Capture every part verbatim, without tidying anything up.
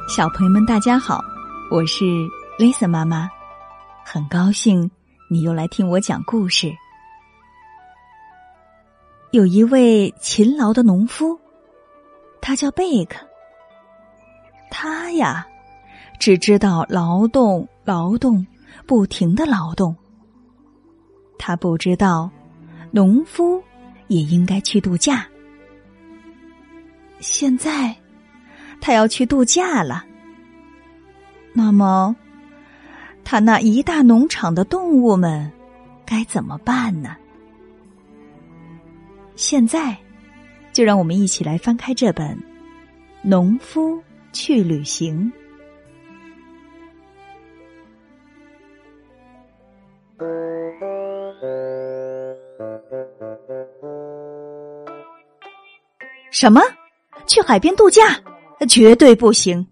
小朋友们大家好，我是 Lisa 妈妈，很高兴你又来听我讲故事。有一位勤劳的农夫，他叫贝克。他呀，只知道劳动劳动不停的劳动。他不知道农夫也应该去度假。现在他要去度假了，那么他那一大农场的动物们该怎么办呢？现在就让我们一起来翻开这本《农夫去旅行》。什么？去海边度假？绝对不行！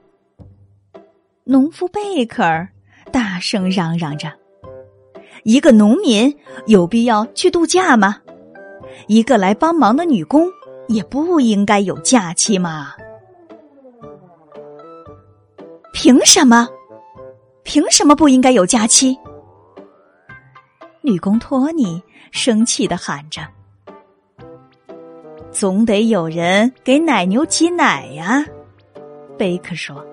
农夫贝克尔大声嚷嚷着：“一个农民有必要去度假吗？一个来帮忙的女工也不应该有假期吗？凭什么？凭什么不应该有假期？”女工托尼生气地喊着：“总得有人给奶牛挤奶呀！”贝克说。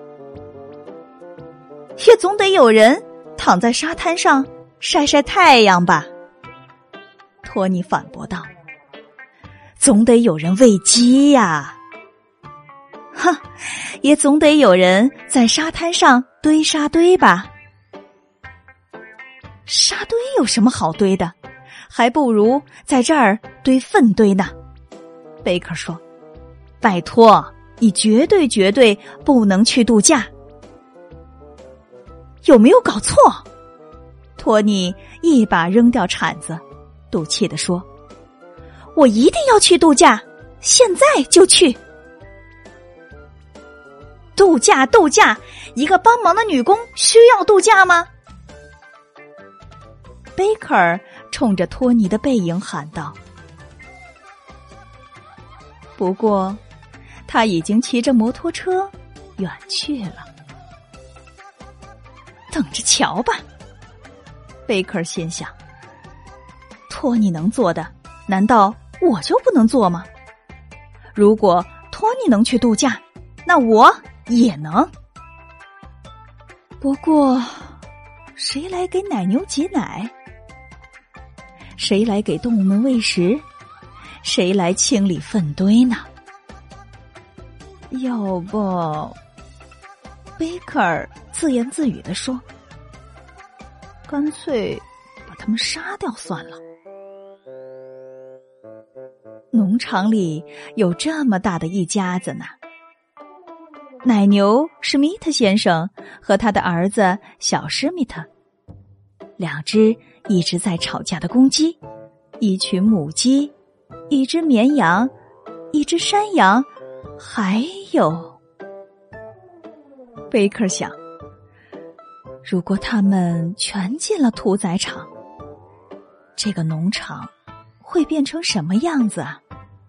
也总得有人躺在沙滩上晒晒太阳吧，托尼反驳道。总得有人喂鸡呀！哼，也总得有人在沙滩上堆沙堆吧。沙堆有什么好堆的？还不如在这儿堆粪堆呢。贝克说：“拜托，你绝对绝对不能去度假。”有没有搞错？托尼一把扔掉铲子，赌气地说：“我一定要去度假，现在就去。”度假度假，一个帮忙的女工需要度假吗？贝克尔冲着托尼的背影喊道。不过他已经骑着摩托车远去了。等着瞧吧，贝克尔心想。托尼能做的，难道我就不能做吗？如果托尼能去度假，那我也能。不过，谁来给奶牛挤奶？谁来给动物们喂食？谁来清理粪堆呢？要不，贝克尔自言自语地说：“干脆把他们杀掉算了。”农场里有这么大的一家子呢。奶牛是米特先生和他的儿子小施密特，两只一直在吵架的公鸡，一群母鸡，一只绵羊，一只山羊，还有……贝克想，如果他们全进了屠宰场，这个农场会变成什么样子啊？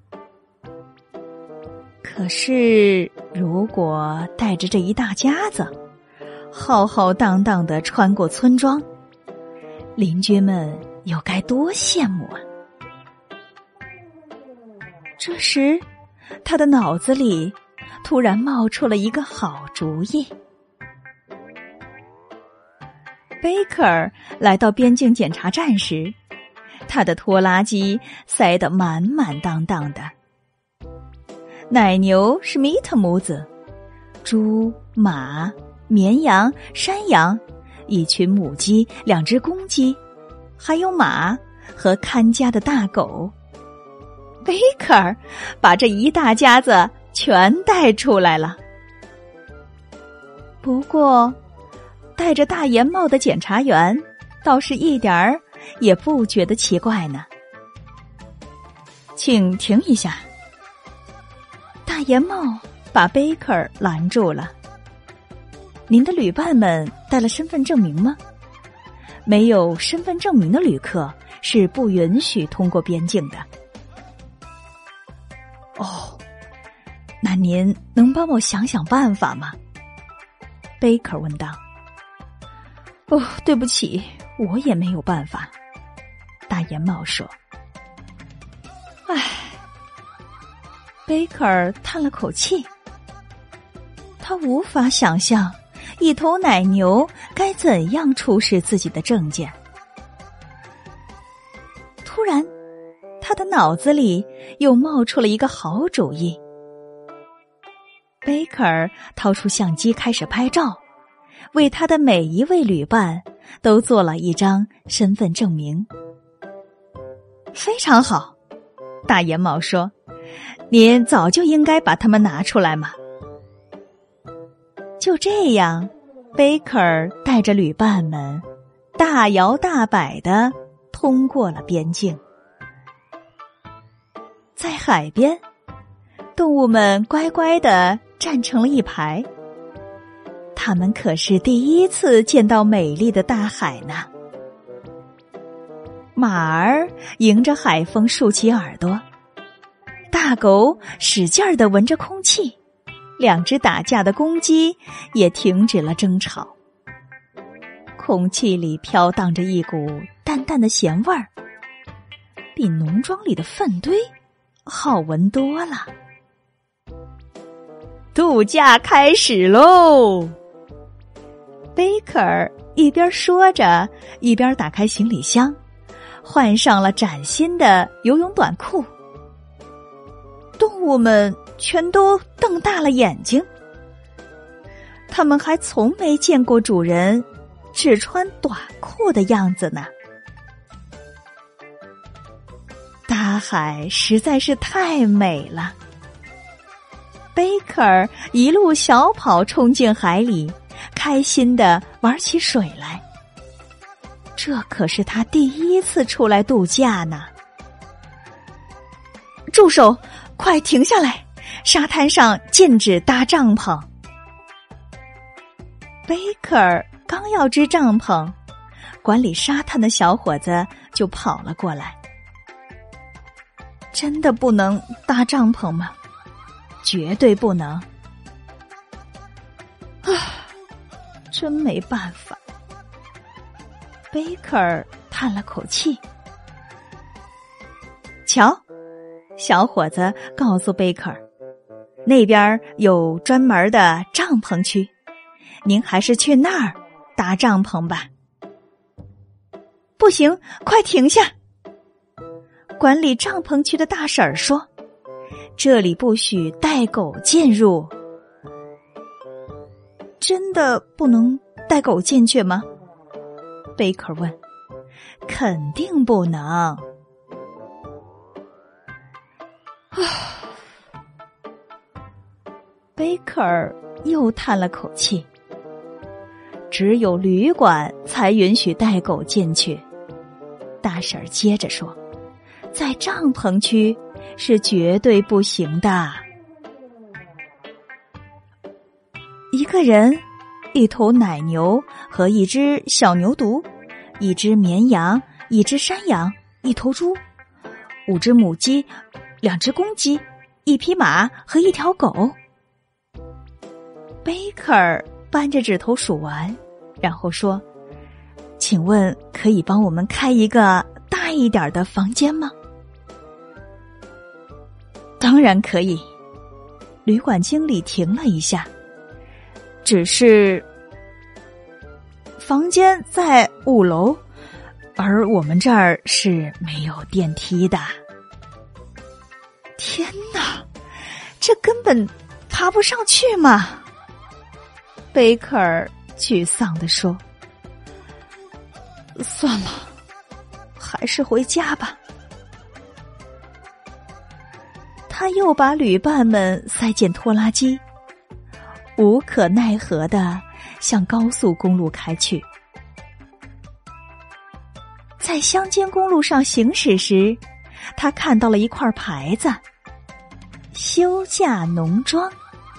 可是，如果带着这一大家子，浩浩荡荡地穿过村庄，邻居们又该多羡慕啊！这时，他的脑子里突然冒出了一个好主意。贝克尔来到边境检查站时，他的拖拉机塞得满满当当的。奶牛是米特母子，猪、马、绵羊、山羊，一群母鸡，两只公鸡，还有马和看家的大狗。贝克尔把这一大家子全带出来了。不过，戴着大檐帽的检察员倒是一点儿也不觉得奇怪呢。请停一下。大檐帽把贝克尔拦住了。您的旅伴们带了身份证明吗？没有身份证明的旅客是不允许通过边境的。哦，那您能帮我想想办法吗？ 贝克问道。哦，对不起，我也没有办法，大檐帽说。唉，贝克尔叹了口气，他无法想象一头奶牛该怎样出示自己的证件。突然，他的脑子里又冒出了一个好主意。贝克尔掏出相机开始拍照，为他的每一位旅伴都做了一张身份证明。非常好，大檐帽说，您早就应该把它们拿出来嘛。就这样，贝克尔带着旅伴们大摇大摆地通过了边境。在海边，动物们乖乖地站成了一排。他们可是第一次见到美丽的大海呢。马儿迎着海风竖起耳朵，大狗使劲儿地闻着空气，两只打架的公鸡也停止了争吵。空气里飘荡着一股淡淡的咸味儿，比农庄里的粪堆好闻多了。度假开始喽！贝克尔一边说着，一边打开行李箱，换上了崭新的游泳短裤。动物们全都瞪大了眼睛，他们还从没见过主人只穿短裤的样子呢。大海实在是太美了。贝克尔一路小跑冲进海里，开心地玩起水来。这可是他第一次出来度假呢。住手！快停下来！沙滩上禁止搭帐篷。贝克尔刚要支帐篷，管理沙滩的小伙子就跑了过来。真的不能搭帐篷吗？绝对不能。啊，真没办法。贝克尔叹了口气。瞧，小伙子告诉贝克尔，那边有专门的帐篷区，您还是去那儿搭帐篷吧。不行，快停下！管理帐篷区的大婶儿说，这里不许带狗进入。真的不能带狗进去吗？贝克问。肯定不能。啊，贝克尔又叹了口气。只有旅馆才允许带狗进去。大婶儿接着说，在帐篷区是绝对不行的。一个人，一头奶牛和一只小牛犊，一只绵羊，一只山羊，一头猪，五只母鸡，两只公鸡，一匹马和一条狗。贝克尔扳着指头数完，然后说，请问可以帮我们开一个大一点的房间吗？当然可以。旅馆经理停了一下，只是房间在五楼，而我们这儿是没有电梯的。天哪，这根本爬不上去嘛！贝克尔沮丧地说，算了，还是回家吧。他又把旅伴们塞进拖拉机，无可奈何地向高速公路开去。在乡间公路上行驶时，他看到了一块牌子，休假农庄。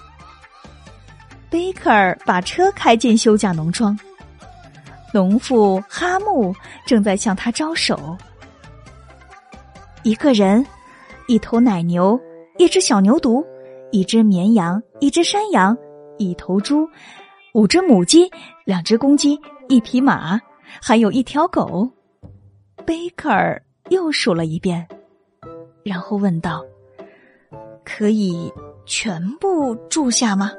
贝克尔把车开进休假农庄，农妇哈木正在向他招手。一个人，一头奶牛，一只小牛犊，一只绵羊，一只山羊，一头猪， 五只母鸡，两只公鸡，一匹马，还有一条狗。贝克尔又数了一遍，然后问道：可以全部住下吗？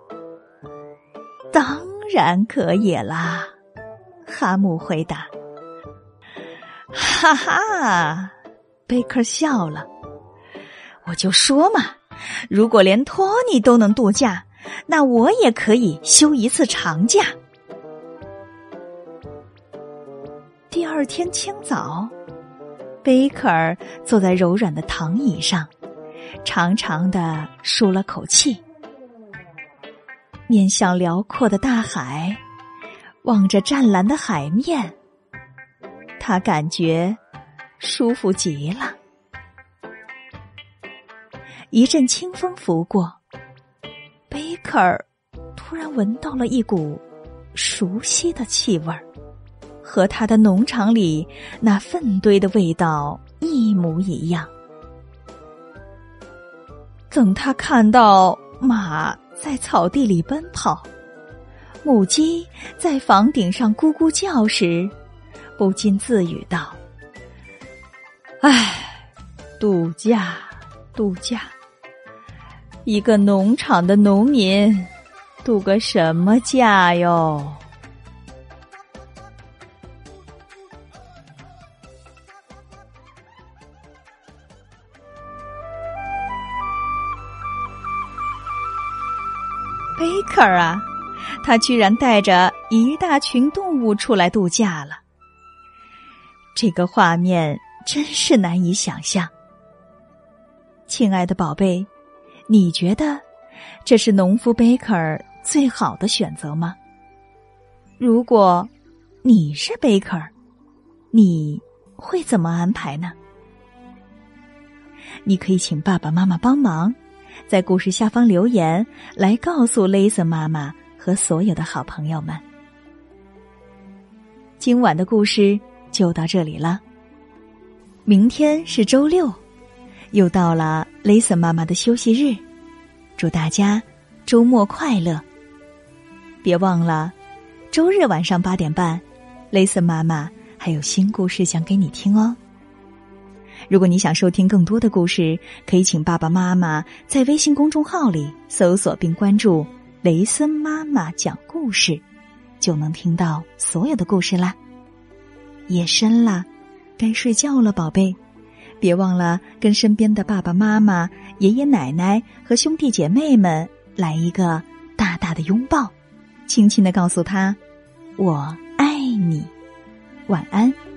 当然可以啦，哈姆回答。哈哈，贝克笑了。我就说嘛，如果连托尼都能度假，那我也可以休一次长假。第二天清早，贝克尔坐在柔软的躺椅上，长长的舒了口气，面向辽阔的大海，望着湛蓝的海面，他感觉舒服极了。一阵清风拂过，贝克尔突然闻到了一股熟悉的气味儿，和他的农场里那粪堆的味道一模一样。等他看到马在草地里奔跑，母鸡在房顶上咕咕叫时，不禁自语道：唉，度假度假，一个农场的农民度个什么假哟？贝克尔啊，他居然带着一大群动物出来度假了。这个画面真是难以想象。亲爱的宝贝，你觉得这是农夫贝克尔最好的选择吗？如果你是贝克尔，你会怎么安排呢？你可以请爸爸妈妈帮忙，在故事下方留言来告诉雷森妈妈和所有的好朋友们。今晚的故事就到这里了，明天是周六，又到了雷森妈妈的休息日，祝大家周末快乐。别忘了周日晚上八点半，雷森妈妈还有新故事讲给你听哦。如果你想收听更多的故事，可以请爸爸妈妈在微信公众号里搜索并关注雷森妈妈讲故事，就能听到所有的故事啦。夜深了，该睡觉了，宝贝。别忘了跟身边的爸爸妈妈、爷爷奶奶和兄弟姐妹们来一个大大的拥抱，轻轻地告诉他：我爱你。晚安。